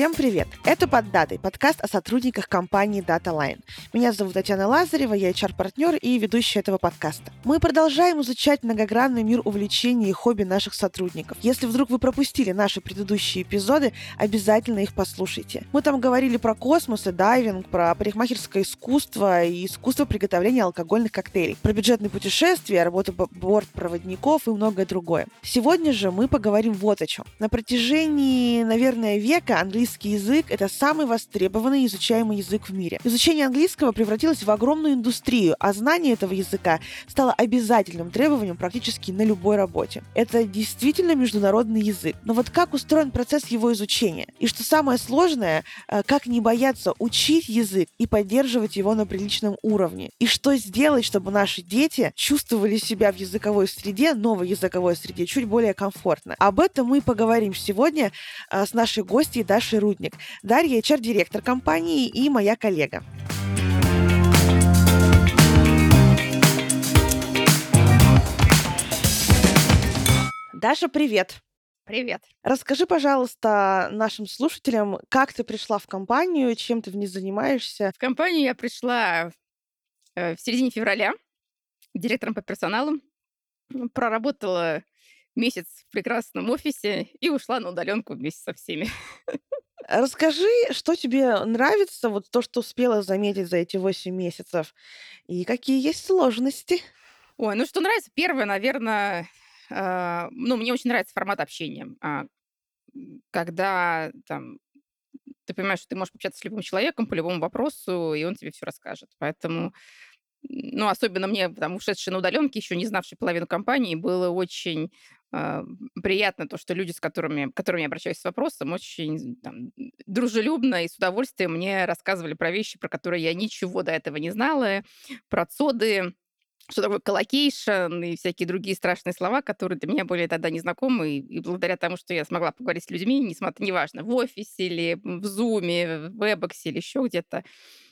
Всем привет! Это «Поддатый» — подкаст о сотрудниках компании DataLine. Меня зовут Татьяна Лазарева, я HR-партнер и ведущая этого подкаста. Мы продолжаем изучать многогранный мир увлечений и хобби наших сотрудников. Если вдруг вы пропустили наши предыдущие эпизоды, обязательно их послушайте. Мы там говорили про космос и дайвинг, про парикмахерское искусство и искусство приготовления алкогольных коктейлей, про бюджетные путешествия, работу бортпроводников и многое другое. Сегодня же мы поговорим вот о чем. На протяжении, наверное, века английский язык — это самый востребованный и изучаемый язык в мире. Изучение английского превратилось в огромную индустрию, а знание этого языка стало обязательным требованием практически на любой работе. Это действительно международный язык. Но вот как устроен процесс его изучения? И что самое сложное, как не бояться учить язык и поддерживать его на приличном уровне? И что сделать, чтобы наши дети чувствовали себя в языковой среде, новой языковой среде, чуть более комфортно? Об этом мы поговорим сегодня с нашей гостьей Дашей Рудник. Дарья — HR-директор компании и моя коллега. Даша, привет! Привет. Расскажи, пожалуйста, нашим слушателям, как ты пришла в компанию, чем ты в ней занимаешься. В компанию я пришла в середине февраля директором по персоналу. Проработала месяц в прекрасном офисе и ушла на удаленку вместе со всеми. Расскажи, что тебе нравится, вот то, что успела заметить за эти 8 месяцев, и какие есть сложности. Ой, ну что нравится? Первое, наверное, мне очень нравится формат общения. Когда там ты понимаешь, что ты можешь общаться с любым человеком по любому вопросу, и он тебе все расскажет. Поэтому, особенно мне, там, ушедшей на удаленке, еще не знавшей половину компании, было очень приятно то, что люди, к которым я обращаюсь с вопросом, очень там, дружелюбно и с удовольствием мне рассказывали про вещи, про которые я ничего до этого не знала, про цоды, что такое коллокейшн и всякие другие страшные слова, которые для меня были тогда незнакомы. И благодаря тому, что я смогла поговорить с людьми, неважно, в офисе или в Зуме, в WebEx или еще где-то,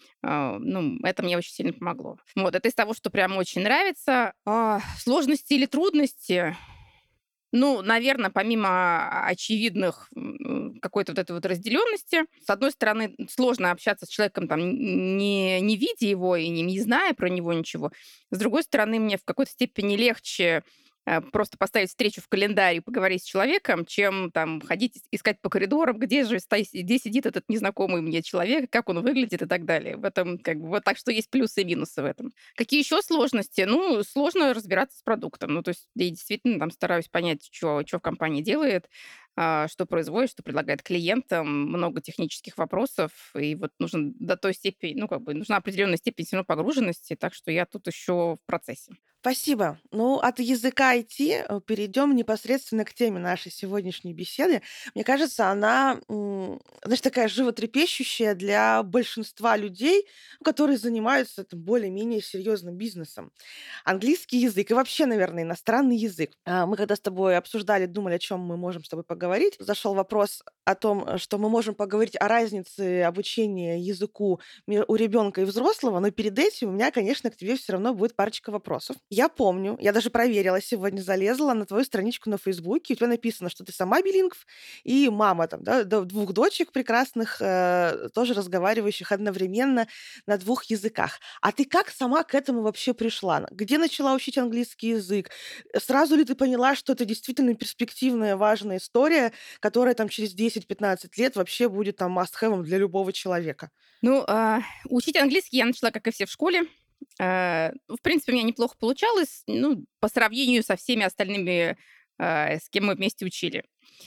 это мне очень сильно помогло. Вот, это из того, что прям очень нравится. Сложности или трудности? Наверное, помимо очевидных какой-то вот этой вот разделенности, с одной стороны, сложно общаться с человеком, там, не видя его и не зная про него ничего. С другой стороны, мне в какой-то степени легче просто поставить встречу в календарь и поговорить с человеком, чем там ходить искать по коридорам, где сидит этот незнакомый мне человек, как он выглядит и так далее. В этом вот так что есть плюсы и минусы в этом. Какие еще сложности? Сложно разбираться с продуктом. То есть я действительно там стараюсь понять, что в компании делает, что производит, что предлагает клиентам, много технических вопросов, и вот нужно до той степени, нужна определенная степень все равно погруженности, так что я тут еще в процессе. Спасибо. От языка IT перейдем непосредственно к теме нашей сегодняшней беседы. Мне кажется, она, такая животрепещущая для большинства людей, которые занимаются более-менее серьезным бизнесом. Английский язык и вообще, наверное, иностранный язык. Мы когда с тобой обсуждали, думали, о чем мы можем с тобой поговорить, зашел вопрос о том, что мы можем поговорить о разнице обучения языку у ребенка и взрослого, но перед этим у меня, конечно, к тебе все равно будет парочка вопросов. Я помню, я даже проверила сегодня, залезла на твою страничку на Фейсбуке, у тебя написано, что ты сама билингв и мама там, да, 2 дочек прекрасных, тоже разговаривающих одновременно на 2 языках. А ты как сама к этому вообще пришла? Где начала учить английский язык? Сразу ли ты поняла, что это действительно перспективная, важная история, которая там через 10-15 лет вообще будет там must-have для любого человека? Учить английский я начала, как и все, в школе. В принципе, у меня неплохо получалось, по сравнению со всеми остальными, с кем мы вместе учили.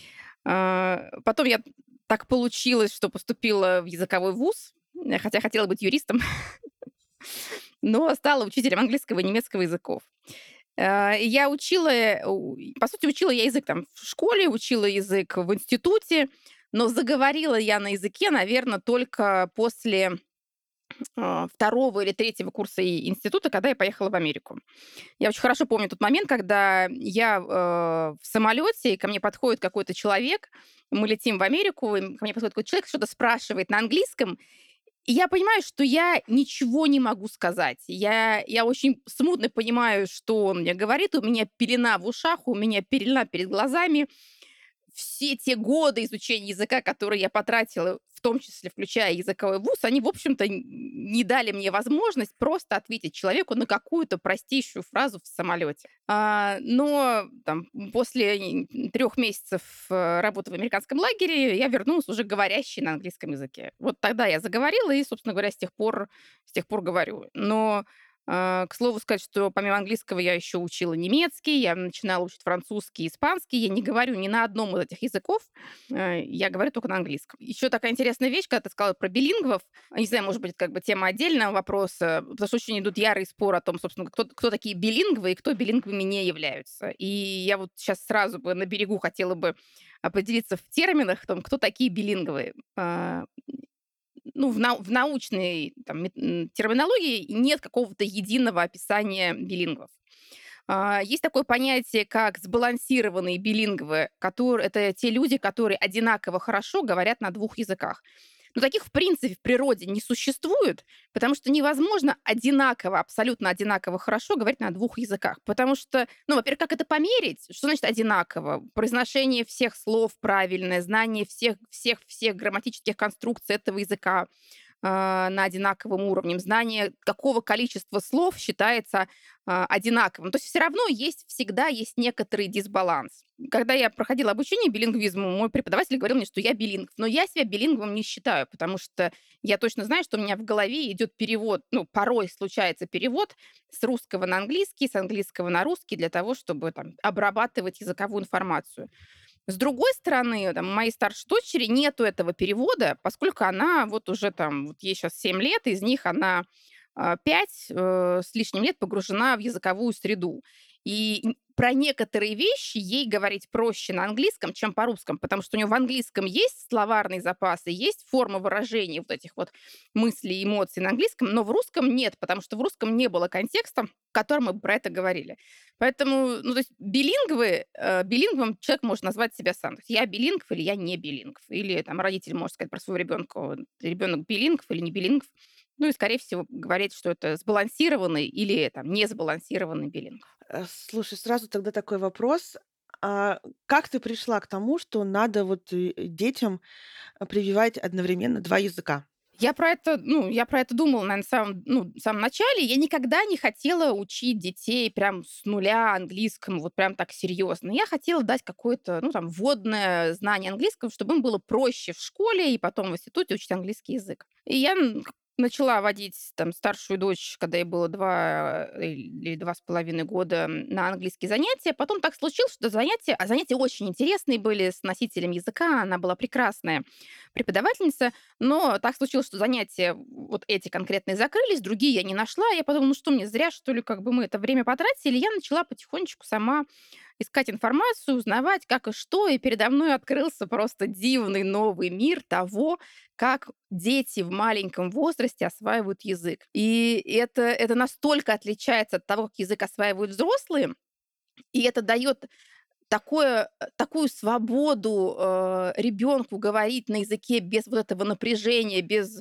Потом так получилось, что поступила в языковой вуз, хотя хотела быть юристом, но стала учителем английского и немецкого языков. Я по сути, учила я язык там в школе, учила язык в институте, но заговорила я на языке, наверное, только после 2-го или 3-го курса института, когда я поехала в Америку. Я очень хорошо помню тот момент, когда я в самолете, и ко мне подходит какой-то человек, мы летим в Америку, и ко мне подходит какой-то человек, что-то спрашивает на английском, и я понимаю, что я ничего не могу сказать. Я очень смутно понимаю, что он мне говорит, у меня пелена в ушах, у меня пелена перед глазами. все те годы изучения языка, которые я потратила, в том числе включая языковой вуз, они, в общем-то, не дали мне возможность просто ответить человеку на какую-то простейшую фразу в самолете. Но там, после 3 месяцев работы в американском лагере я вернулась уже говорящей на английском языке. Вот тогда я заговорила и, собственно говоря, с тех пор говорю. Но к слову сказать, что помимо английского я еще учила немецкий, я начинала учить французский, испанский. Я не говорю ни на одном из этих языков, я говорю только на английском. Еще такая интересная вещь, когда ты сказала про билингвов, не знаю, может быть, это как бы тема отдельного вопроса, потому что очень идут ярые споры о том, собственно, кто такие билингвы и кто билингвами не являются. И я вот сейчас сразу бы на берегу хотела бы определиться в терминах, о том, кто такие билингвы. Ну, в научной там, терминологии нет какого-то единого описания билингвов. Есть такое понятие, как сбалансированные билингвы, которые, это те люди, которые одинаково хорошо говорят на 2 языках. Но таких, в принципе, в природе не существует, потому что невозможно одинаково, абсолютно одинаково хорошо говорить на 2 языках. Потому что, ну, во-первых, как это померить? Что значит одинаково? Произношение всех слов правильное, знание всех грамматических конструкций этого языка на одинаковом уровне, знание какого количества слов считается одинаковым. То есть все равно всегда есть некоторый дисбаланс. Когда я проходила обучение билингвизму, мой преподаватель говорил мне, что я билингв. Но я себя билингвом не считаю, потому что я точно знаю, что у меня в голове идет перевод, ну, порой случается перевод с русского на английский, с английского на русский для того, чтобы там, обрабатывать языковую информацию. С другой стороны, там, у моей старшей дочери нету этого перевода, поскольку она вот уже там, вот ей сейчас 7 лет, из них она 5 с лишним лет погружена в языковую среду. И про некоторые вещи ей говорить проще на английском, чем по-русскому, потому что у нее в английском есть словарный запас и есть форма выражения вот этих вот мыслей и эмоций на английском, но в русском нет, потому что в русском не было контекста, в котором мы бы про это говорили. Поэтому, ну, то есть билингвом человек может назвать себя сам. То есть я билингв или я не билингв. Или там родитель может сказать про своего ребенка, ребенок билингв или не билингв. Ну и, скорее всего, говорить, что это сбалансированный или там не сбалансированный билингв. Слушай, сразу тогда такой вопрос. Как ты пришла к тому, что надо вот детям прививать одновременно 2 языка? Я про это думала, наверно, в самом начале. Я никогда не хотела учить детей прям с нуля английскому, вот прям так серьезно. Я хотела дать какое-то, ну, там, вводное знание английского, чтобы им было проще в школе и потом в институте учить английский язык. И я начала водить там старшую дочь, когда ей было 2 или 2,5 года, на английские занятия. Потом так случилось, что занятия очень интересные были с носителем языка. Она была прекрасная преподавательница. Но так случилось, что занятия вот эти конкретные закрылись, другие я не нашла. Я подумала, ну что мне, зря, что ли, как бы мы это время потратили. Я начала потихонечку сама искать информацию, узнавать, как и что. И передо мной открылся просто дивный новый мир того, как дети в маленьком возрасте осваивают язык. И это настолько отличается от того, как язык осваивают взрослые, и это дает такую свободу ребенку говорить на языке без вот этого напряжения, без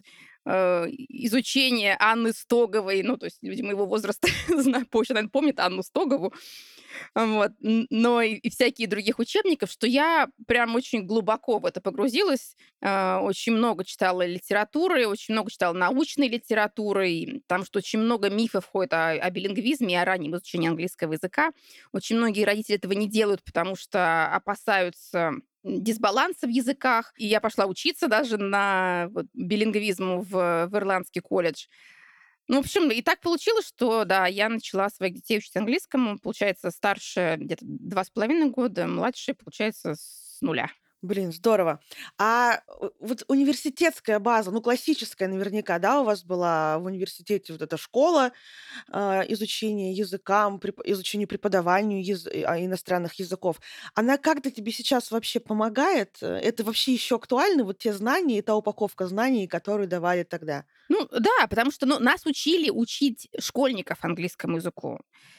изучения Анны Стоговой. Ну, то есть люди моего возраста знаю, позже, наверное, помнят Анну Стогову. Вот. Но и всякие других учебников, что я прям очень глубоко в это погрузилась. Очень много читала литературы, очень много читала научной литературы, потому что очень много мифов ходит о билингвизме и о раннем изучении английского языка. Очень многие родители этого не делают, потому что опасаются дисбаланса в языках. И я пошла учиться даже на вот билингвизму в ирландский колледж. Ну, в общем, и так получилось, что, да, я начала своих детей учить английскому. Получается, старшая где-то 2,5 года, младшая, получается, с нуля. Блин, здорово. Вот университетская база, ну, классическая наверняка, да, у вас была в университете вот эта школа, изучения языкам, изучению преподаванию иностранных языков. Она как-то тебе сейчас вообще помогает? Это вообще еще актуальны, вот те знания и та упаковка знаний, которые давали тогда? Ну, да, потому что, ну, нас учили учить школьников английскому языку.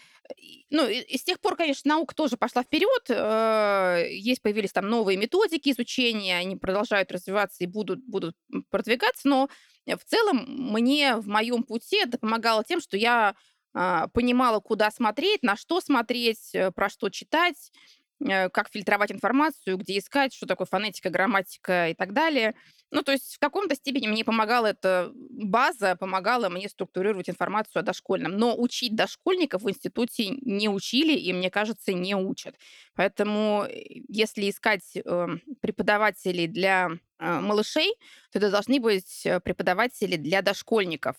И с тех пор, конечно, наука тоже пошла вперед. Появились там новые методики изучения, они продолжают развиваться и будут продвигаться, но в целом мне в моем пути это помогало тем, что я понимала, куда смотреть, на что смотреть, про что читать. как фильтровать информацию, где искать, что такое фонетика, грамматика и так далее. Ну, то есть в каком-то степени мне помогала эта база, помогала мне структурировать информацию о дошкольном. Но учить дошкольников в институте не учили и, мне кажется, не учат. Поэтому если искать преподавателей для малышей, то это должны быть преподаватели для дошкольников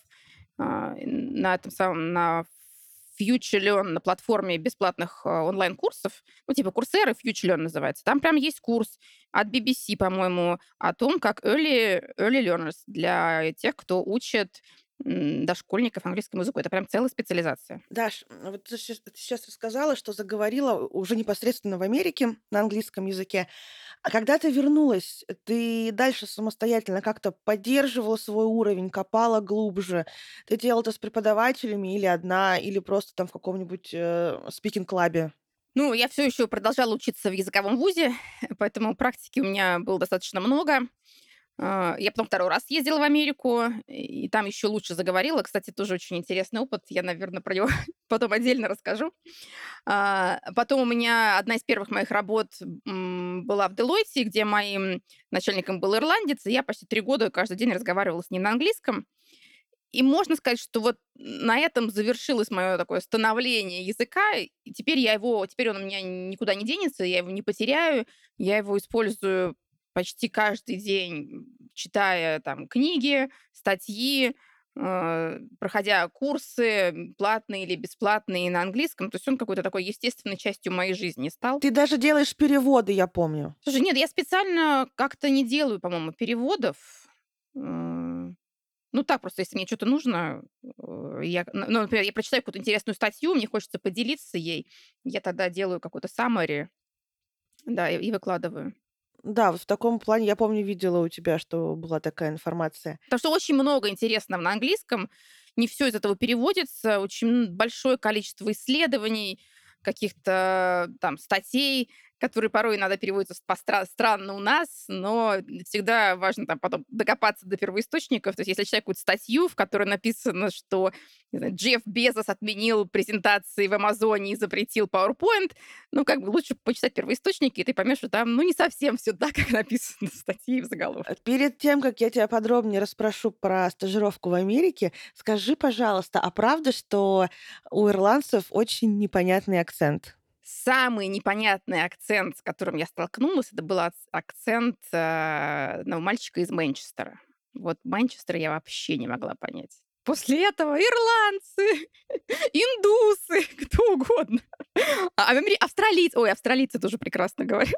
на этом самом, на FutureLearn, на платформе бесплатных онлайн-курсов, ну, типа Coursera, FutureLearn называется. Там прям есть курс от BBC, по-моему, о том, как early learners для тех, кто учит дошкольников английскому языку. Это прям целая специализация. Даш, вот ты сейчас рассказала, что заговорила уже непосредственно в Америке на английском языке. А когда ты вернулась, ты дальше самостоятельно как-то поддерживала свой уровень, копала глубже? Ты делала это с преподавателями или одна, или просто там в каком-нибудь спикинг-клабе? Ну, я все еще продолжала учиться в языковом вузе, поэтому практики у меня было достаточно много. Я потом второй раз ездила в Америку, и там еще лучше заговорила. Кстати, тоже очень интересный опыт. Я, наверное, про него потом отдельно расскажу. Потом у меня одна из первых моих работ была в Deloitte, где моим начальником был ирландец, и я почти 3 года каждый день разговаривала с ним на английском. И можно сказать, что вот на этом завершилось мое такое становление языка. И теперь он у меня никуда не денется, я его не потеряю. Я его использую почти каждый день, читая там книги, статьи, проходя курсы, платные или бесплатные на английском. То есть он какой-то такой естественной частью моей жизни стал. Ты даже делаешь переводы, я помню. Слушай, нет, я специально как-то не делаю, по-моему, переводов. М, Ну, так просто, если мне что-то нужно, ну, например, я прочитаю какую-то интересную статью, мне хочется поделиться ей, я тогда делаю какой-то summary, да, и выкладываю. Да, вот в таком плане, я помню, видела у тебя, что была такая информация. Потому что очень много интересного на английском, не все из этого переводится, очень большое количество исследований, каких-то там статей, которые порой иногда переводятся странно у нас, но всегда важно там потом докопаться до первоисточников. То есть если читать какую-то статью, в которой написано, что не знаю, Джефф Безос отменил презентации в Амазоне и запретил PowerPoint, ну, как бы лучше почитать первоисточники, и ты поймешь, что там, ну, не совсем все так, как написано в статье и в заголовке. Перед тем, как я тебя подробнее расспрошу про стажировку в Америке, скажи, пожалуйста, а правда, что у ирландцев очень непонятный акцент? Самый непонятный акцент, с которым я столкнулась, это был акцент одного мальчика из Манчестера. Вот Манчестер я вообще не могла понять. После этого ирландцы, индусы, кто угодно. Австралийцы, ой, австралийцы тоже прекрасно говорят.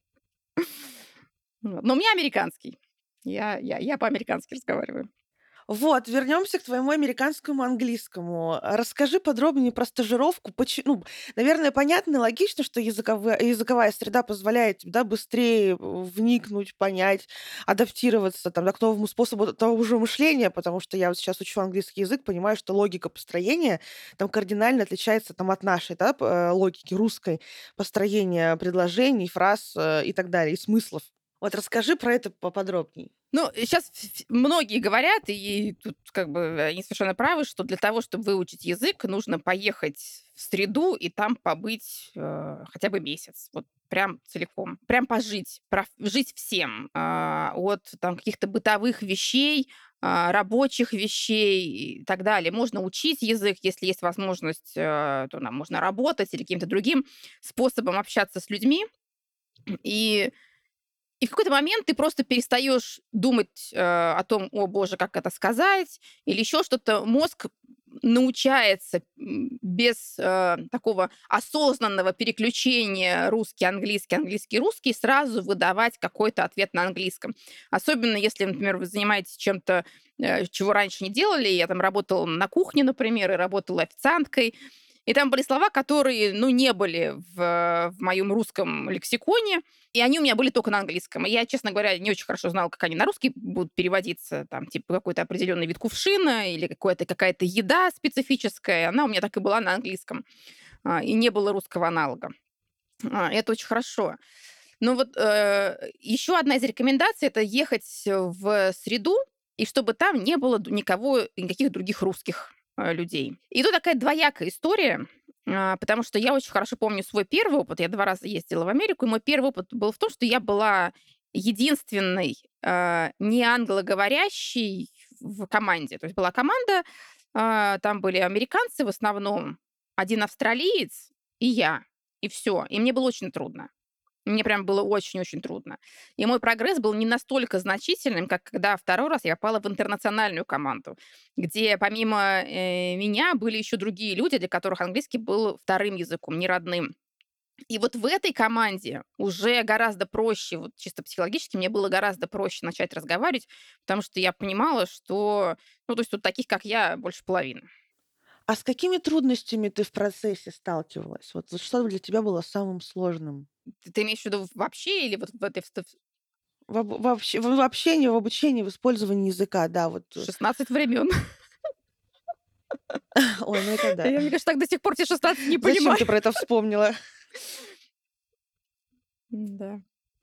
Вот. Но у меня американский. Я по-американски разговариваю. Вот, вернемся к твоему американскому английскому. Расскажи подробнее про стажировку. Ну, наверное, понятно и логично, что языковая среда позволяет тебе, да, быстрее вникнуть, понять, адаптироваться там, да, к новому способу того же мышления, потому что я вот сейчас учу английский язык, понимаю, что логика построения там кардинально отличается там, от нашей да, логики русской построения предложений, фраз и так далее, и смыслов. Вот расскажи про это поподробнее. Ну, сейчас многие говорят, и тут как бы они совершенно правы, что для того, чтобы выучить язык, нужно поехать в среду и там побыть хотя бы месяц. Вот прям целиком. Прям пожить. Жить всем. От там, каких-то бытовых вещей, рабочих вещей и так далее. Можно учить язык, если есть возможность, то нам можно работать или каким-то другим способом общаться с людьми. И и в какой-то момент ты просто перестаешь думать о том, о боже, как это сказать, или еще что-то. Мозг научается без такого осознанного переключения русский-английский, английский-русский сразу выдавать какой-то ответ на английском. Особенно если, например, вы занимаетесь чем-то, чего раньше не делали. Я там работала на кухне, например, и работала официанткой. И там были слова, которые, ну, не были в моем русском лексиконе, и они у меня были только на английском. И я, честно говоря, не очень хорошо знала, как они на русский будут переводиться. Там, типа, какой-то определенный вид кувшина или какая-то еда специфическая. Она у меня так и была на английском. И не было русского аналога. Это очень хорошо. Но вот еще одна из рекомендаций – это ехать в среду, и чтобы там не было никаких других русских людей. И тут такая двоякая история. Потому что я очень хорошо помню свой первый опыт. Я 2 раза ездила в Америку, и мой первый опыт был в том, что я была единственной, не англоговорящей в команде. То есть была команда, там были американцы в основном, один австралиец и я, и все. И мне было очень трудно. Мне прям было очень-очень трудно. И мой прогресс был не настолько значительным, как когда второй раз я попала в интернациональную команду, где помимо, меня были еще другие люди, для которых английский был вторым языком, не родным. И вот в этой команде уже гораздо проще, вот чисто психологически мне было гораздо проще начать разговаривать, потому что я понимала, что, ну, то есть тут таких, как я, больше половины. А с какими трудностями ты в процессе сталкивалась? Вот что для тебя было самым сложным? Ты имеешь в виду вообще или вот в этой В общении, в обучении, в использовании языка, да, вот. 16 времен? Ой, ну это да. Я, мне кажется, так до сих пор те 16 не Зачем понимаю. ты про это вспомнила? Да.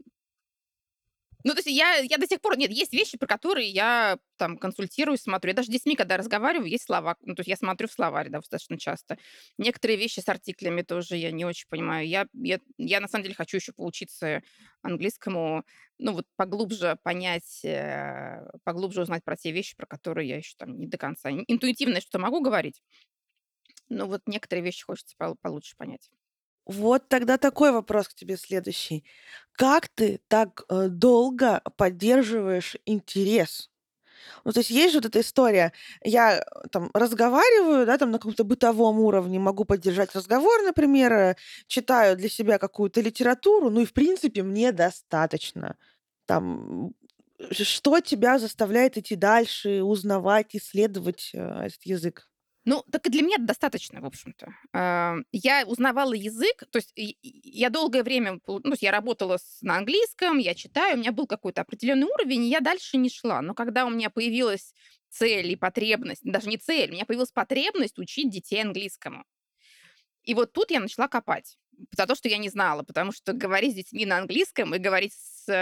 Ну, то есть я до сих пор нет, есть вещи, про которые я там консультируюсь, смотрю. Я даже с детьми, когда разговариваю, есть слова. Ну, то есть я смотрю в словарь, да, достаточно часто. Некоторые вещи с артиклями тоже я не очень понимаю. Я на самом деле хочу еще поучиться английскому, ну, вот поглубже понять, поглубже узнать про те вещи, про которые я еще там не до конца. Интуитивно что-то могу говорить, но вот некоторые вещи хочется получше понять. Вот тогда такой вопрос к тебе следующий. Как ты так, долго поддерживаешь интерес? Ну, то есть есть же вот эта история. Я, там разговариваю, да, там на каком-то бытовом уровне, могу поддержать разговор, например, читаю для себя какую-то литературу, ну и в принципе мне достаточно. Там, что тебя заставляет идти дальше, узнавать, исследовать, этот язык? Ну, так и для меня достаточно, в общем-то. Я узнавала язык, то есть я долгое время, ну, то есть я работала на английском, я читаю, у меня был какой-то определенный уровень, и я дальше не шла. Но когда у меня появилась цель и потребность, даже не цель, у меня появилась потребность учить детей английскому. И вот тут я начала копать. За то, что я не знала, потому что говорить с детьми на английском и говорить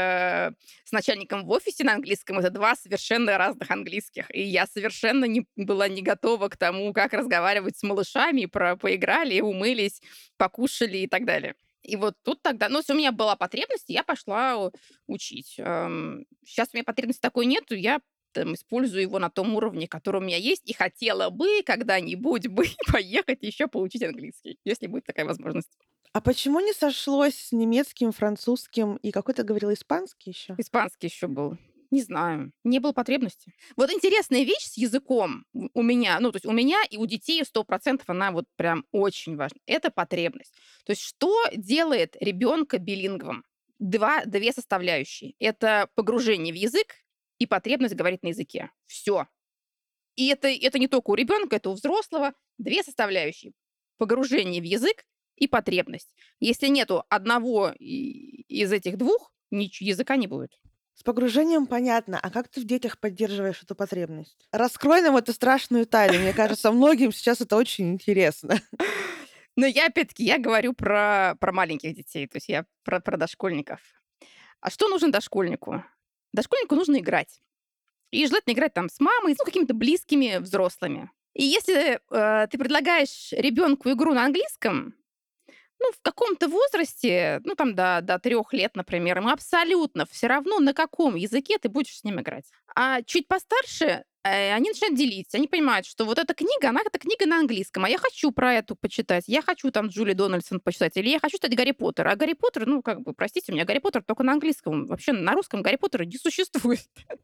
с начальником в офисе на английском это 2 совершенно разных английских. И я совершенно не была не готова к тому, как разговаривать с малышами, поиграли, умылись, покушали и так далее. И вот тут тогда, ну, если у меня была потребность, я пошла учить. Сейчас у меня потребности такой нету, я там использую его на том уровне, который у меня есть, и хотела бы когда-нибудь бы поехать еще поучить английский, если будет такая возможность. А почему не сошлось с немецким, французским и какой ты говорила, испанский еще? Испанский еще был. Не знаю, не было потребности. Вот интересная вещь с языком у меня, ну, то есть у меня и у детей 100% она вот прям очень важна. Это потребность. То есть что делает ребенка билингвом? Две составляющие. Это погружение в язык и потребность говорить на языке. Все. И это не только у ребенка, это у взрослого. Две составляющие. Погружение в язык и потребность. Если нету одного из этих двух, языка не будет. С погружением понятно. А как ты в детях поддерживаешь эту потребность? Раскрой нам эту страшную тайну. Мне кажется, многим сейчас это очень интересно. Но я, опять-таки, я говорю про маленьких детей, то есть я про дошкольников. А что нужно дошкольнику? Дошкольнику нужно играть. И желательно играть там с мамой, ну, какими-то близкими взрослыми. И если ты предлагаешь ребенку игру на английском, ну, в каком-то возрасте, ну, там, до 3 лет, например, ему абсолютно все равно, на каком языке ты будешь с ним играть. А чуть постарше они начинают делиться. Они понимают, что вот эта книга, это книга на английском, а я хочу про эту почитать, я хочу там Джули Дональдсон почитать, или я хочу читать Гарри Поттер. А Гарри Поттер, ну, как бы, простите меня, Гарри Поттер только на английском. Вообще на русском Гарри Поттера не существует.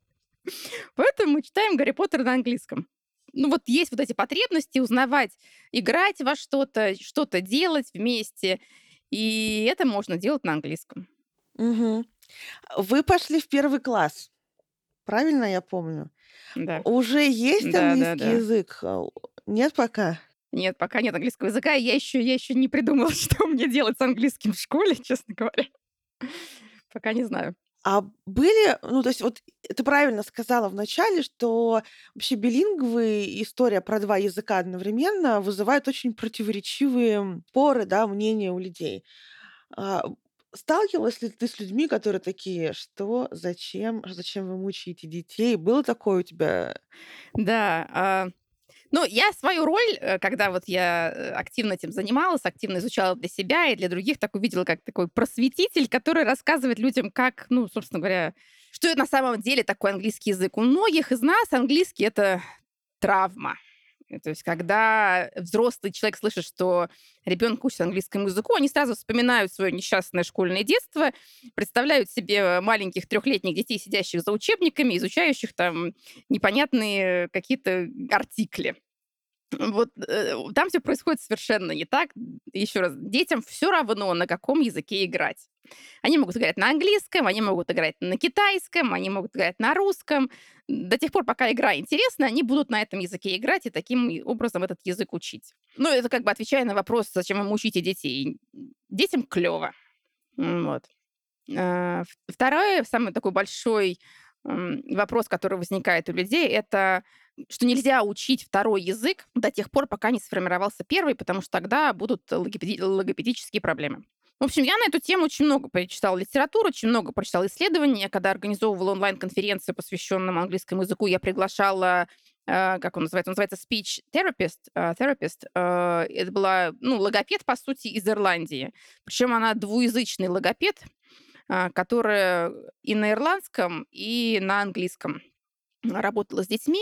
Поэтому мы читаем Гарри Поттер на английском. Ну вот есть вот эти потребности узнавать, играть во что-то делать вместе. И это можно делать на английском. Мгм. Вы пошли в первый класс, правильно я помню? Да. Уже есть английский Да-да-да. язык? Нет пока? Нет, пока нет английского языка. И я еще не придумала, что мне делать с английским в школе, честно говоря. Пока не знаю. А были, ну, то есть вот ты правильно сказала вначале, что вообще билингвы, история про 2 языка одновременно вызывают очень противоречивые споры, да, мнения у людей. А, Сталкивалась ли ты с людьми, которые такие: "Что? Зачем? Зачем вы мучаете детей?" Было такое у тебя? Да, Ну, я свою роль, когда вот я активно этим занималась, активно изучала для себя и для других, так увидела, как такой просветитель, который рассказывает людям, как, ну, собственно говоря, что это на самом деле такой английский язык. У многих из нас английский — это травма. То есть, когда взрослый человек слышит, что ребенок учит английскому языку, они сразу вспоминают свое несчастное школьное детство, представляют себе маленьких трехлетних детей, сидящих за учебниками, изучающих там непонятные какие-то артикли. Вот, там все происходит совершенно не так. Еще раз, детям все равно, на каком языке играть. Они могут играть на английском, они могут играть на китайском, они могут играть на русском. До тех пор, пока игра интересна, они будут на этом языке играть и таким образом этот язык учить. Ну, это как бы отвечая на вопрос, зачем вы учите детей. Детям клево. Вот. 2, самый такой большой, вопрос, который возникает у людей, это что нельзя учить второй язык до тех пор, пока не сформировался первый, потому что тогда будут логопедические проблемы. В общем, я на эту тему очень много прочитала литературу, очень много прочитала исследований. Я когда организовывала онлайн-конференцию, посвященную английскому языку, я приглашала, как он называется? Он называется speech therapist. Это была, ну, логопед, по сути, из Ирландии. Причем она двуязычный логопед, которая и на ирландском, и на английском работала с детьми.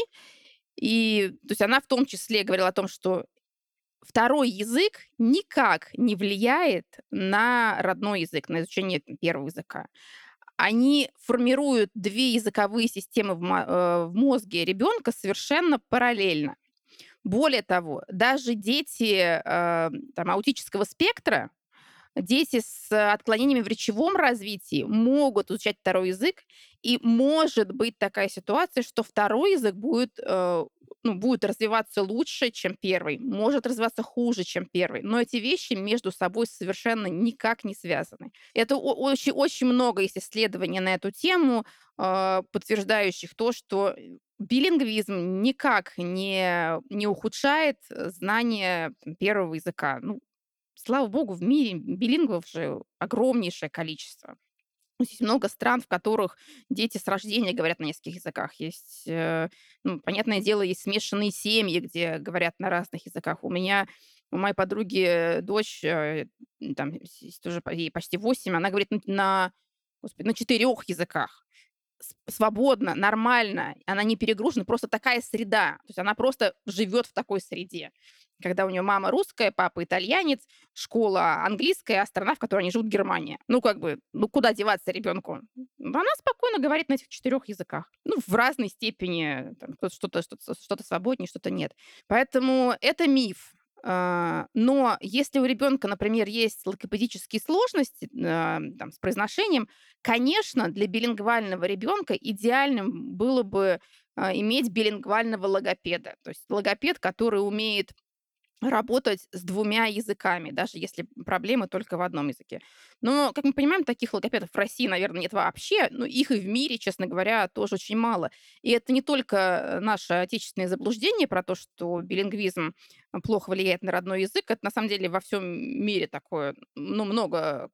И, то есть она в том числе говорила о том, что второй язык никак не влияет на родной язык, на изучение первого языка. Они формируют 2 языковые системы в мозге ребенка совершенно параллельно. Более того, даже дети, там, аутического спектра, дети с отклонениями в речевом развитии могут изучать второй язык, и может быть такая ситуация, что второй язык будет, ну, будет развиваться лучше, чем первый, может развиваться хуже, чем первый. Но эти вещи между собой совершенно никак не связаны. Это очень много есть исследований на эту тему, подтверждающих то, что билингвизм никак не ухудшает знание первого языка. Ну, слава богу, в мире билингвов же огромнейшее количество. Ну, есть много стран, в которых дети с рождения говорят на нескольких языках. Есть, ну, понятное дело, есть смешанные семьи, где говорят на разных языках. У моей подруги дочь, там, тоже ей почти 8, она говорит господи, на 4 языках свободно, нормально, она не перегружена, просто такая среда. То есть она просто живет в такой среде. Когда у нее мама русская, папа итальянец, школа английская, а страна, в которой они живут, Германия. Ну, как бы, ну, куда деваться ребенку? Она спокойно говорит на этих 4 языках. Ну, в разной степени. Там, кто-то что-то свободнее, что-то нет. Поэтому это миф. Но если у ребенка, например, есть логопедические сложности там, с произношением, конечно, для билингвального ребенка идеальным было бы иметь билингвального логопеда. То есть логопед, который умеет работать с 2 языками, даже если проблемы только в одном языке. Но, как мы понимаем, таких логопедов в России, наверное, нет вообще, но их и в мире, честно говоря, тоже очень мало. И это не только наше отечественное заблуждение про то, что билингвизм плохо влияет на родной язык, это на самом деле во всем мире такое, ну, много,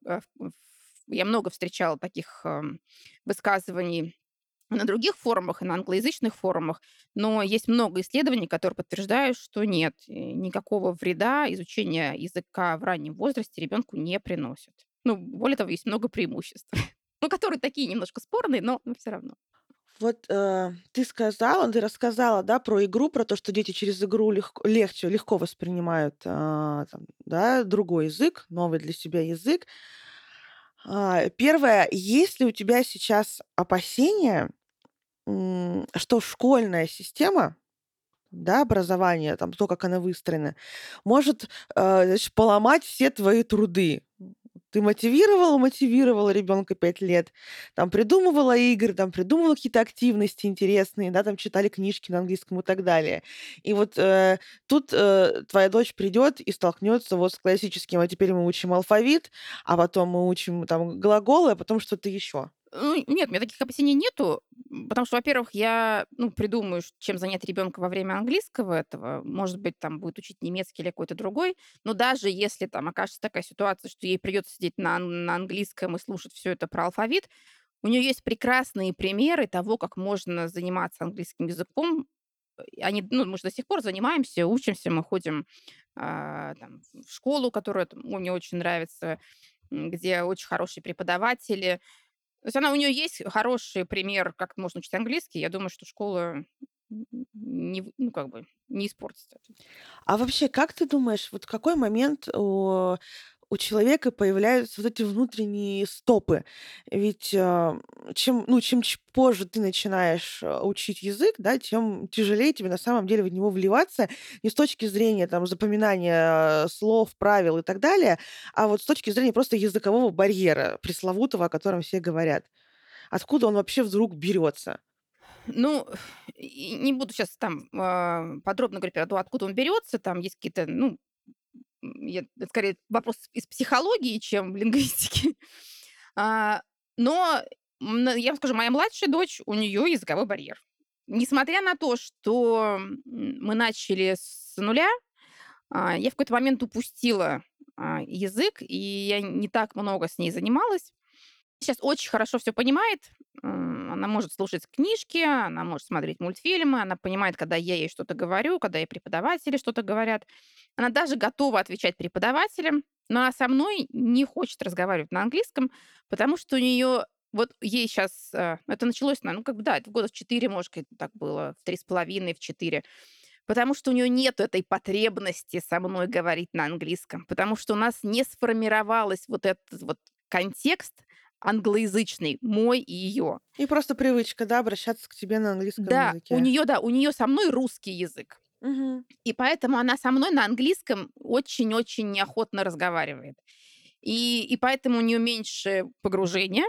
я много встречала таких высказываний на других форумах и на англоязычных форумах, но есть много исследований, которые подтверждают, что нет, никакого вреда изучение языка в раннем возрасте ребенку не приносит. Ну, более того, есть много преимуществ, ну, которые такие немножко спорные, но все равно. Вот, ты рассказала, да, про игру, про то, что дети через игру легко воспринимают, там, да, другой язык, новый для себя язык. 1, есть ли у тебя сейчас опасения, что школьная система, да, образования, там, то, как она выстроена, может, значит, поломать все твои труды? Ты мотивировала ребенка 5 лет, там придумывала игры, там придумывала какие-то активности интересные, да, там читали книжки на английском и так далее. И вот, тут, твоя дочь придет и столкнется вот с классическим: "А теперь мы учим алфавит, а потом мы учим там глаголы, а потом что-то еще". Ну, нет, у меня таких опасений нету, потому что, во-первых, я, ну, придумаю, чем занять ребенка во время английского этого. Может быть, там будет учить немецкий или какой-то другой. Но даже если там окажется такая ситуация, что ей придется сидеть на английском и слушать все это про алфавит, у нее есть прекрасные примеры того, как можно заниматься английским языком они, ну, мы же до сих пор занимаемся, учимся, мы ходим там, в школу, которая мне очень нравится, где очень хорошие преподаватели. То есть у нее есть хороший пример, как можно учить английский. Я думаю, что школа ну, как бы не испортит это. А вообще, как ты думаешь, вот в какой момент у человека появляются вот эти внутренние стопы? Ведь чем позже ты начинаешь учить язык, да, тем тяжелее тебе на самом деле в него вливаться не с точки зрения там, запоминания слов, правил и так далее, а вот с точки зрения просто языкового барьера, пресловутого, о котором все говорят. Откуда он вообще вдруг берется? Ну, и не буду сейчас там подробно говорить про то, откуда он берется. Там есть какие-то, ну, это скорее вопрос из психологии, чем лингвистики. А, но я вам скажу, моя младшая дочь, у нее языковой барьер. Несмотря на то, что мы начали с нуля, я в какой-то момент упустила язык, и я не так много с ней занималась. Сейчас очень хорошо все понимает. Она может слушать книжки, она может смотреть мультфильмы, она понимает, когда я ей что-то говорю, когда ей преподаватели что-то говорят. Она даже готова отвечать преподавателям, но она со мной не хочет разговаривать на английском, потому что у нее вот ей сейчас, это началось, ну, как бы, да, это года в 4, может, так было, в 3,5, в 4, потому что у нее нет этой потребности со мной говорить на английском, потому что у нас не сформировалось вот этот вот контекст англоязычный, мой и ее. И просто привычка, да, обращаться к тебе на английском языке. Да, у нее со мной русский язык. Мгм. И поэтому она со мной на английском очень-очень неохотно разговаривает. И поэтому у нее меньше погружения,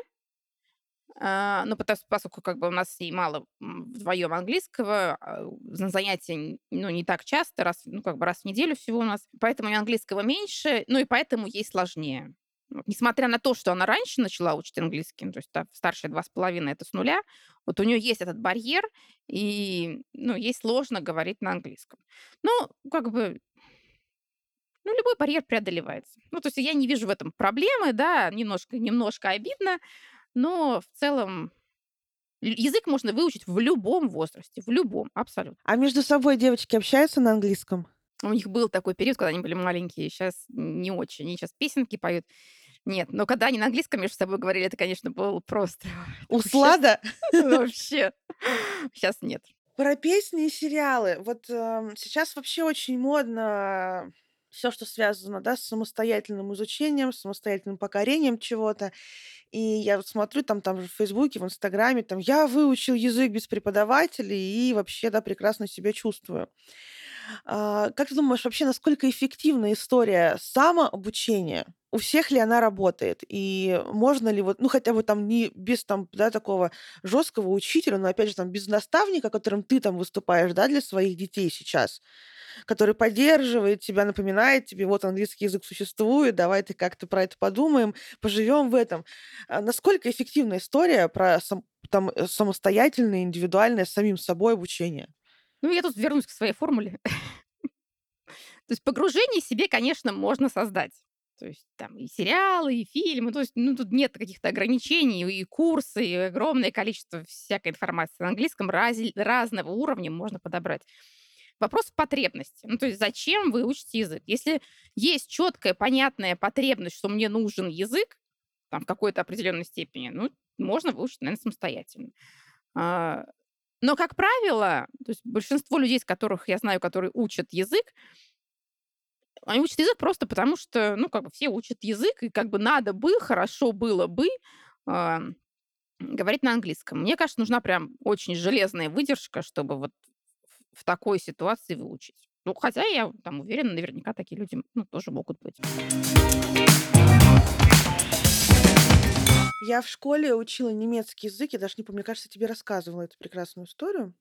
ну, поскольку как бы у нас с ней мало вдвоем английского, на занятия, ну, не так часто, ну, как бы раз в неделю всего у нас, поэтому у неё английского меньше, ну, и поэтому ей сложнее. Вот. Несмотря на то, что она раньше начала учить английский, ну, то есть старшая 2,5 это с нуля, вот у нее есть этот барьер, и, ну, ей сложно говорить на английском. Ну, как бы, ну, любой барьер преодолевается. Ну, то есть я не вижу в этом проблемы, да, немножко обидно, но в целом язык можно выучить в любом возрасте, в любом, абсолютно. А между собой девочки общаются на английском? У них был такой период, когда они были маленькие, сейчас не очень. Они сейчас песенки поют. Нет, но когда они на английском между собой говорили, это, конечно, было просто вообще, Услада? вообще. Сейчас нет. Про песни и сериалы. Вот, сейчас вообще очень модно все, что связано, да, с самостоятельным изучением, с самостоятельным покорением чего-то. И я вот смотрю там же в "Фейсбуке", в "Инстаграме", там: "Я выучил язык без преподавателей и вообще, да, прекрасно себя чувствую". Как ты думаешь, вообще, насколько эффективна история самообучения? У всех ли она работает? И можно ли вот, ну, хотя бы там не без там, да, такого жесткого учителя, но опять же там без наставника, которым ты там выступаешь, да, для своих детей сейчас, который поддерживает тебя, напоминает тебе: "Вот английский язык существует, давай ты как-то про это подумаем, поживем в этом". Насколько эффективна история про самостоятельное, индивидуальное, с самим собой обучение? Ну, я тут вернусь к своей формуле. То есть погружение себе, конечно, можно создать. То есть там и сериалы, и фильмы. То есть, ну, тут нет каких-то ограничений, и курсы, и огромное количество всякой информации на английском разного уровня можно подобрать. Вопрос в потребности. Ну, то есть зачем вы учите язык? Если есть четкая, понятная потребность, что мне нужен язык, там, в какой-то определенной степени, ну, можно выучить, наверное, самостоятельно. А, Но, как правило, то есть большинство людей, с которых я знаю, которые учат язык, они учат язык просто потому, что, ну, как бы все учат язык, и как бы надо бы, хорошо было бы а, говорить на английском. Мне кажется, нужна прям очень железная выдержка, чтобы вот в такой ситуации выучить. Ну, хотя я там уверена, наверняка такие люди, ну, тоже могут быть. Я в школе учила немецкий язык. Я даже не помню, мне кажется, тебе рассказывала эту прекрасную историю.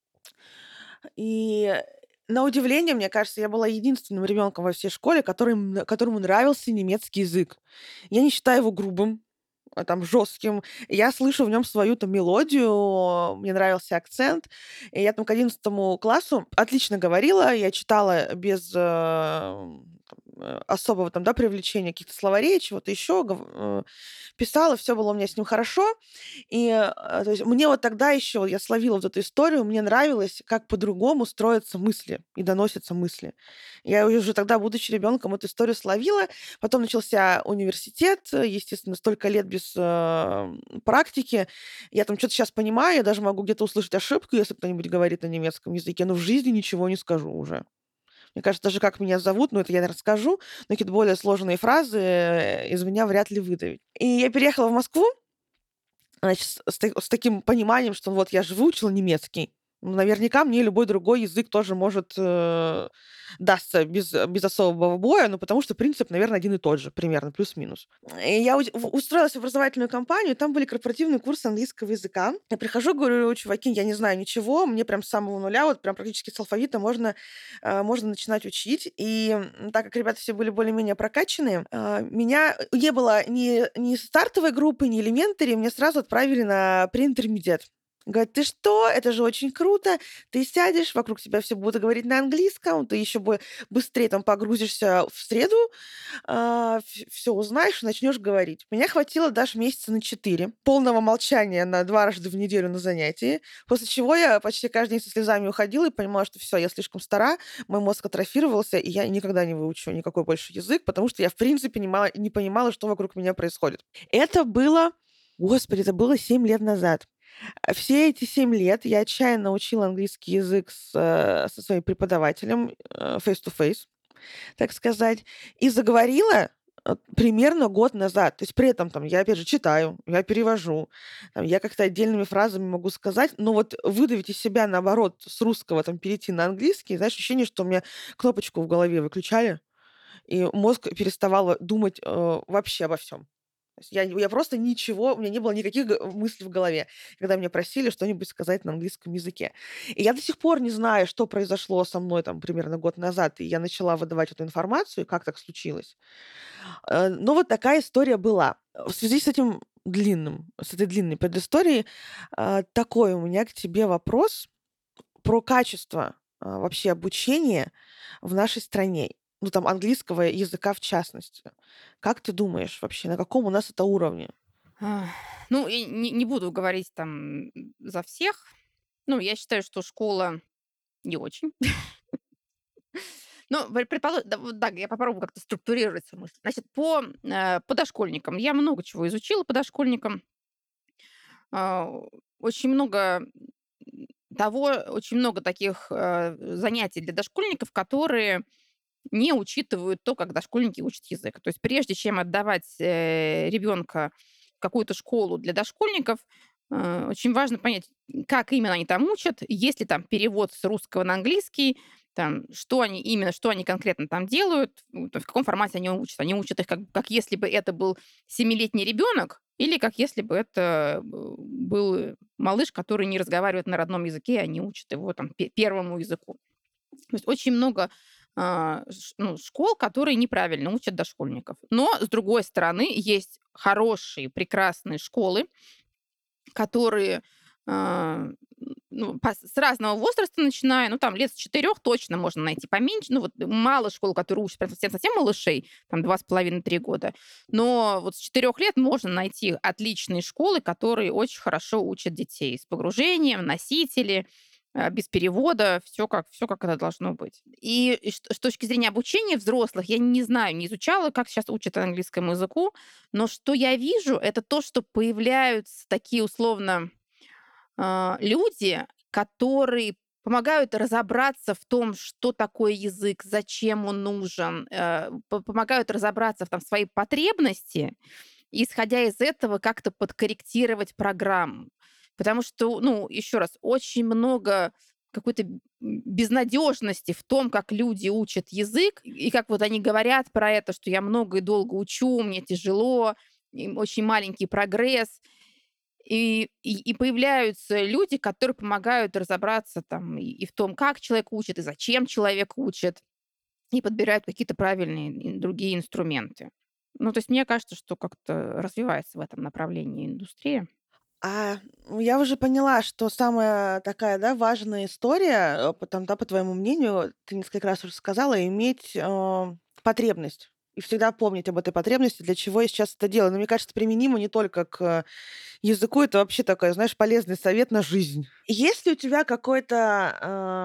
И на удивление, мне кажется, я была единственным ребенком во всей школе, которому нравился немецкий язык. Я не считаю его грубым, там жестким. Я слышу в нем свою там мелодию, мне нравился акцент. И я там к 11 классу отлично говорила, я читала без особого там, да, привлечения каких-то словарей, чего-то еще, писала, все было у меня с ним хорошо. И, то есть мне вот тогда еще, я словила вот эту историю, мне нравилось, как по-другому строятся мысли и доносятся мысли. Я уже тогда, будучи ребенком, эту историю словила. Потом начался университет, естественно, столько лет без практики. Я там что-то сейчас понимаю, я даже могу где-то услышать ошибку, если кто-нибудь говорит на немецком языке, но в жизни ничего не скажу уже. Мне кажется, даже как меня зовут, ну, это я, наверно, скажу, но какие-то более сложные фразы из меня вряд ли выдавить. И я переехала в Москву, значит, с таким пониманием, что вот я же выучила немецкий, ну, наверняка мне любой другой язык тоже может, дастся без особого боя, ну, потому что принцип, наверное, один и тот же примерно, плюс-минус. И я устроилась в образовательную компанию, там были корпоративные курсы английского языка. Я прихожу, говорю: "Чуваки, я не знаю ничего, мне прям с самого нуля, вот прям практически с алфавита можно начинать учить". И, так как ребята все были более-менее прокачанные, меня не было ни стартовой группы, ни элементари, меня сразу отправили на pre-интермедиат. Говорят: "Ты что? Это же очень круто. Ты сядешь, вокруг тебя все будут говорить на английском, ты еще быстрее там погрузишься в среду, все узнаешь и начнешь говорить". Меня хватило даже месяца на 4 полного молчания на 2 раза в неделю на занятии, после чего я почти каждый день со слезами уходила и понимала, что все, я слишком стара, мой мозг атрофировался, и я никогда не выучу никакой больше язык, потому что я в принципе не понимала, что вокруг меня происходит. Это было, господи, это было 7 лет назад. Все эти 7 лет я отчаянно учила английский язык со своим преподавателем, face to face, так сказать, и заговорила, примерно год назад. То есть при этом там я, опять же, читаю, я перевожу, там, я как-то отдельными фразами могу сказать, но вот выдавить из себя, наоборот, с русского там перейти на английский, знаешь, ощущение, что у меня кнопочку в голове выключали, и мозг переставал думать, вообще обо всем. То есть я просто ничего, у меня не было никаких мыслей в голове, когда меня просили что-нибудь сказать на английском языке. И я до сих пор не знаю, что произошло со мной там примерно год назад, и я начала выдавать эту информацию, и как так случилось. Но вот такая история была. В связи с этой длинной предысторией, такой у меня к тебе вопрос про качество, вообще обучения в нашей стране. Ну, там, английского языка в частности. Как ты думаешь вообще, на каком у нас это уровне? Ах, ну, и не буду говорить там за всех. Ну, я считаю, что школа не очень. Ну, предположим, да, вот так, я попробую как-то структурировать свою мысль. Значит, по дошкольникам. Я много чего изучила по дошкольникам. А, очень много очень много таких занятий для дошкольников, которые не учитывают то, как дошкольники учат язык. То есть прежде чем отдавать ребенка в какую-то школу для дошкольников, очень важно понять, как именно они там учат, есть ли там перевод с русского на английский, там, что они конкретно там делают, в каком формате они учат. Они учат их как если бы это был семилетний ребенок, или как если бы это был малыш, который не разговаривает на родном языке, они учат его там первому языку. То есть очень много школ, которые неправильно учат дошкольников. Но, с другой стороны, есть хорошие, прекрасные школы, которые с разного возраста начиная, ну, там, лет с 4 точно можно найти поменьше. Ну, вот мало школ, которые учат прям совсем малышей, там, 2,5-3 года. Но вот с 4 лет можно найти отличные школы, которые очень хорошо учат детей с погружением, носители, без перевода, все как это должно быть. И с точки зрения обучения взрослых, я не знаю, не изучала, как сейчас учат английскому языку, но что я вижу, это то, что появляются такие условно люди, которые помогают разобраться в том, что такое язык, зачем он нужен, помогают разобраться в своей потребности, и, исходя из этого, как-то подкорректировать программу. Потому что, ну, еще раз, очень много какой-то безнадежности в том, как люди учат язык, и как вот они говорят про это, что я много и долго учу, мне тяжело, и очень маленький прогресс. И появляются люди, которые помогают разобраться там и в том, как человек учит, и зачем человек учит, и подбирают какие-то правильные другие инструменты. Ну, то есть мне кажется, что как-то развивается в этом направлении индустрия. Я уже поняла, что самая такая, да, важная история, по твоему мнению, ты несколько раз уже сказала, иметь, потребность. И всегда помнить об этой потребности, для чего я сейчас это делаю. Но мне кажется, применимо не только к языку. Это вообще такой, знаешь, полезный совет на жизнь. Есть ли у тебя какой-то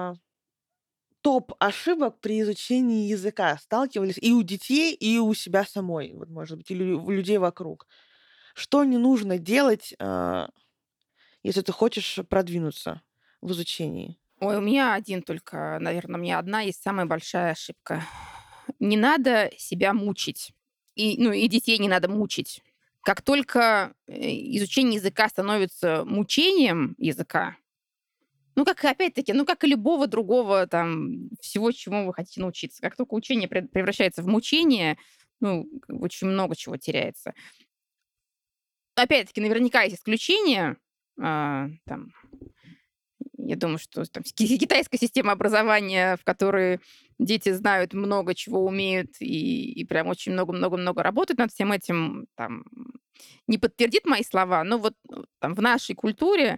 топ ошибок при изучении языка? Сталкивались и у детей, и у себя самой, вот, может быть, или у людей вокруг? Что не нужно делать, если ты хочешь продвинуться в изучении? Ой, у меня один только, наверное, у меня одна есть самая большая ошибка. Не надо себя мучить. И детей не надо мучить. Как только изучение языка становится мучением языка, ну, как опять-таки, ну, как и любого другого там всего, чему вы хотите научиться. Как только учение превращается в мучение, ну, как бы очень много чего теряется. Опять-таки, наверняка есть исключения. Там, я думаю, что там китайская система образования, в которой дети знают много чего, умеют и прям очень много-много-много работают над всем этим, там, не подтвердит мои слова, но вот там в нашей культуре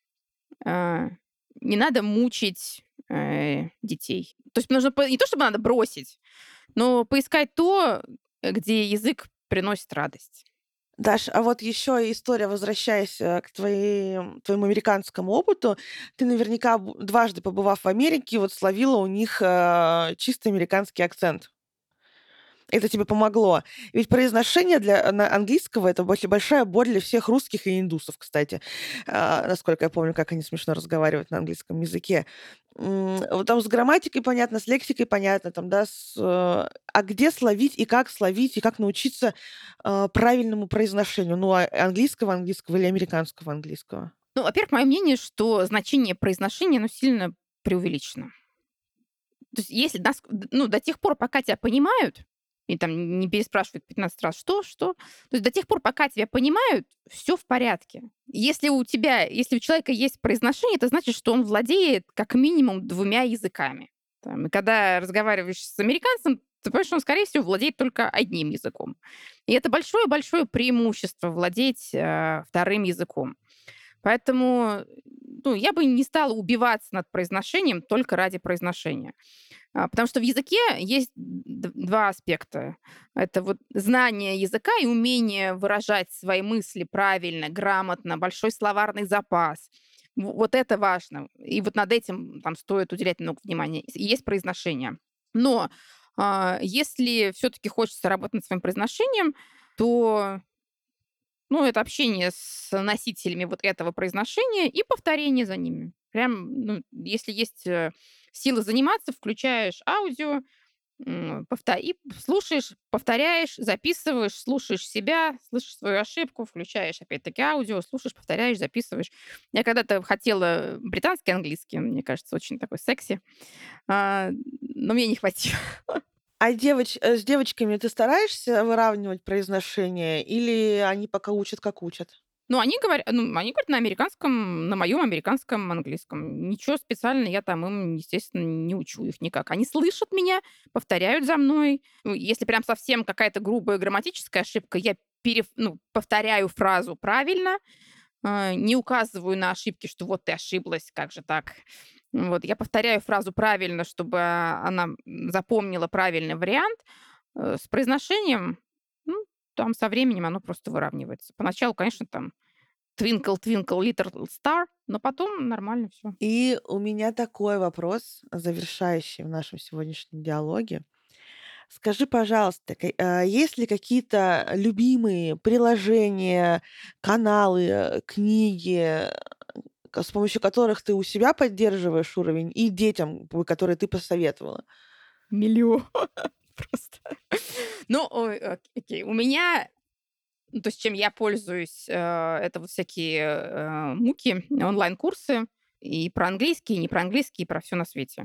а, не надо мучить детей. То есть нужно не то, чтобы надо бросить, но поискать то, где язык приносит радость. Даш, а вот еще история, возвращаясь к твоему американскому опыту, ты наверняка, дважды побывав в Америке, вот словила у них чисто американский акцент. Это тебе помогло. Ведь произношение английского это очень большая боль для всех русских и индусов, кстати. Насколько я помню, как они смешно разговаривают на английском языке. Вот там с грамматикой понятно, с лексикой понятно, там, да, а где словить, и как научиться правильному произношению? Ну, английского или американского английского? Ну, во-первых, мое мнение, что значение произношения, оно сильно преувеличено. То есть если ну, до тех пор, пока тебя понимают, и там не переспрашивают 15 раз, что, то есть до тех пор, пока тебя понимают, все в порядке. Если у человека есть произношение, это значит, что он владеет как минимум двумя языками. И когда разговариваешь с американцем, ты понимаешь, что он, скорее всего, владеет только одним языком. И это большое-большое преимущество владеть вторым языком. Поэтому ну, я бы не стала убиваться над произношением только ради произношения. Потому что в языке есть два аспекта. Это вот знание языка и умение выражать свои мысли правильно, грамотно, большой словарный запас. Вот это важно. И вот над этим там стоит уделять много внимания. И есть произношение. Но если все-таки хочется работать над своим произношением, то ну, это общение с носителями вот этого произношения и повторение за ними. Прям, ну, если есть силы заниматься, включаешь аудио, и слушаешь, повторяешь, записываешь, слушаешь себя, слышишь свою ошибку, включаешь опять-таки аудио, слушаешь, повторяешь, записываешь. Я когда-то хотела британский английский, мне кажется, очень такой секси, но мне не хватило. А с девочками ты стараешься выравнивать произношение, или они пока учат, как учат? Ну, они говорят на американском, на моем американском английском. Ничего специально я там им, естественно, не учу их никак. Они слышат меня, повторяют за мной. Ну, если прям совсем какая-то грубая грамматическая ошибка, я повторяю фразу правильно, не указываю на ошибки, что вот ты ошиблась, как же так. Вот, я повторяю фразу правильно, чтобы она запомнила правильный вариант. С произношением, ну, там со временем оно просто выравнивается. Поначалу, конечно, там twinkle, twinkle, little star, но потом нормально все. И у меня такой вопрос, завершающий в нашем сегодняшнем диалоге. Скажи, пожалуйста, есть ли какие-то любимые приложения, каналы, книги, с помощью которых ты у себя поддерживаешь уровень, и детям, которые ты посоветовала? Миллион просто. Ну, окей. У меня, ну, то есть чем я пользуюсь, это вот всякие муки, онлайн-курсы и про английский, и не про английский, и про все на свете.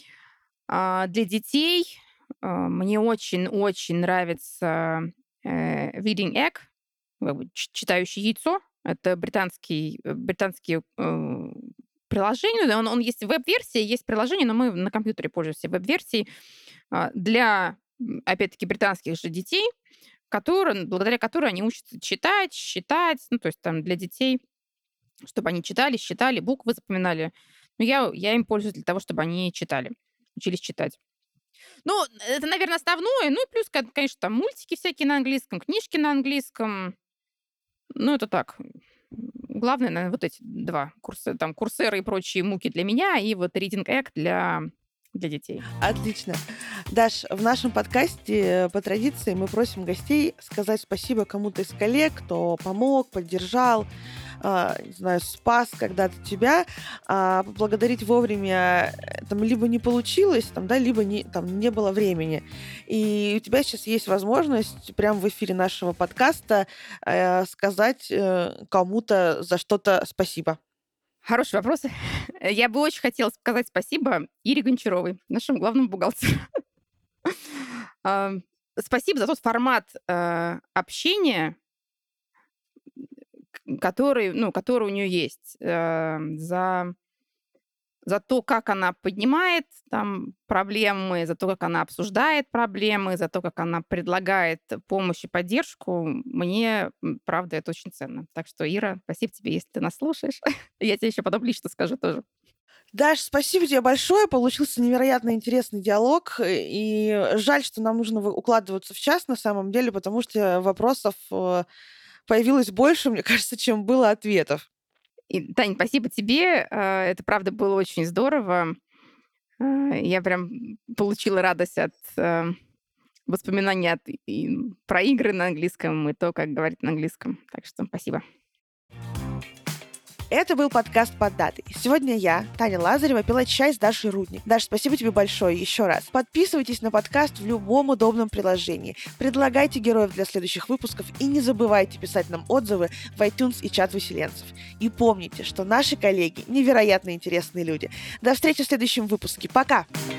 Для детей мне очень-очень нравится Reading Egg, как бы читающее яйцо. Это британские приложения. Да, он есть в веб-версии, есть приложение, но мы на компьютере пользуемся веб-версией для, опять-таки, британских же детей, благодаря которой они учатся читать, считать, ну, то есть там для детей, чтобы они читали, считали, буквы запоминали. Но я им пользуюсь для того, чтобы они читали, учились читать. Ну, это, наверное, основное. Ну и плюс, конечно, там мультики всякие на английском, книжки на английском. Ну, это так. Главное, наверное, вот эти два курса, там, Курсеры и прочие муки для меня, и вот Reading Egg для детей. Отлично. Даш, в нашем подкасте по традиции мы просим гостей сказать спасибо кому-то из коллег, кто помог, поддержал, не знаю, спас когда-то тебя, поблагодарить вовремя там либо не получилось, там, да, либо не было времени. И у тебя сейчас есть возможность прямо в эфире нашего подкаста сказать кому-то за что-то спасибо. Хороший вопрос. Я бы очень хотела сказать спасибо Ире Гончаровой, нашему главному бухгалтеру. Спасибо за тот формат общения, который у нее есть, за то, как она поднимает там проблемы, за то, как она обсуждает проблемы, за то, как она предлагает помощь и поддержку. Мне, правда, это очень ценно. Так что, Ира, спасибо тебе, если ты нас слушаешь. Я тебе еще потом лично скажу тоже. Даш, спасибо тебе большое. Получился невероятно интересный диалог. И жаль, что нам нужно укладываться в час на самом деле, потому что вопросов появилось больше, мне кажется, чем было ответов. И, Тань, спасибо тебе. Это, правда, было очень здорово. Я прям получила радость от воспоминаний про игры на английском и то, как говорить на английском. Так что спасибо. Это был подкаст «Под датой». Сегодня я, Таня Лазарева, пила чай с Дашей Рудник. Даша, спасибо тебе большое еще раз. Подписывайтесь на подкаст в любом удобном приложении. Предлагайте героев для следующих выпусков и не забывайте писать нам отзывы в iTunes и чат выселенцев. И помните, что наши коллеги невероятно интересные люди. До встречи в следующем выпуске. Пока!